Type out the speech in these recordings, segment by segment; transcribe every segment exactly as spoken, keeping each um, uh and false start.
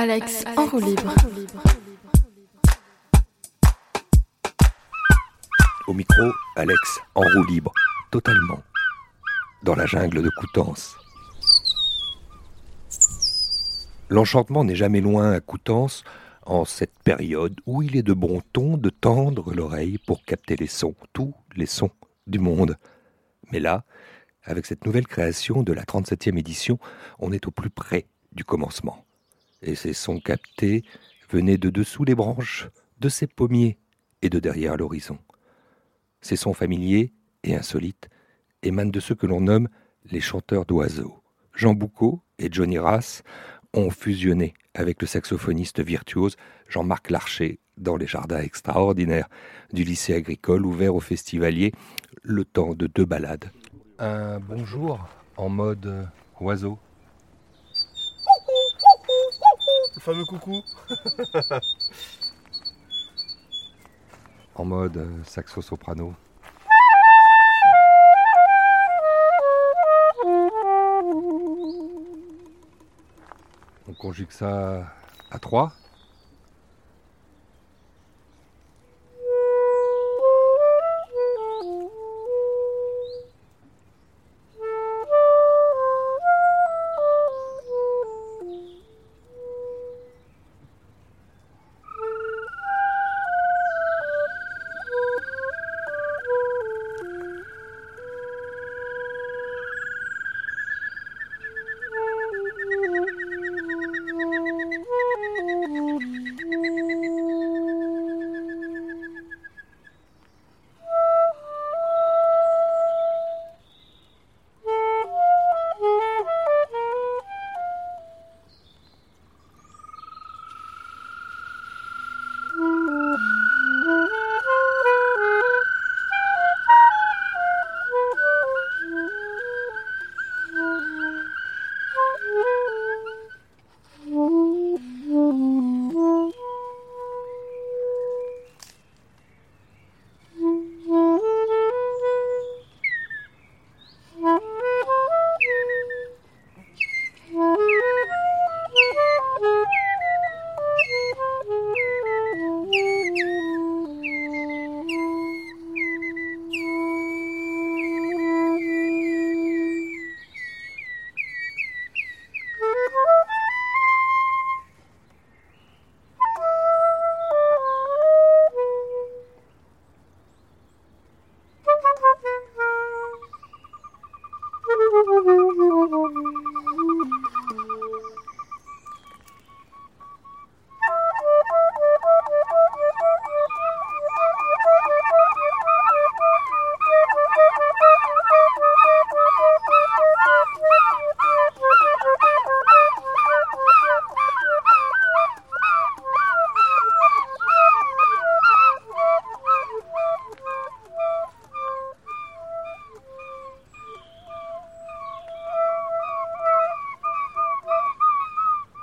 Alex, Alex en roue libre. Au micro, Alex en roue libre, totalement, dans la jungle de Coutances. L'enchantement n'est jamais loin à Coutances, en cette période où il est de bon ton de tendre l'oreille pour capter les sons, tous les sons du monde. Mais là, avec cette nouvelle création de la trente-septième édition, on est au plus près du commencement. Et ces sons captés venaient de dessous les branches, de ces pommiers et de derrière l'horizon. Ces sons familiers et insolites émanent de ceux que l'on nomme les chanteurs d'oiseaux. Jean Boucaud et Johnny Rass ont fusionné avec le saxophoniste virtuose Jean-Marc Larcher dans les jardins extraordinaires du lycée agricole ouvert aux festivaliers le temps de deux balades. Un bonjour en mode euh, oiseau. Le fameux coucou. En mode euh, saxo-soprano. On conjugue ça à trois.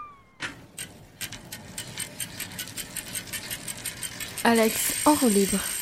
Alex en roue libre.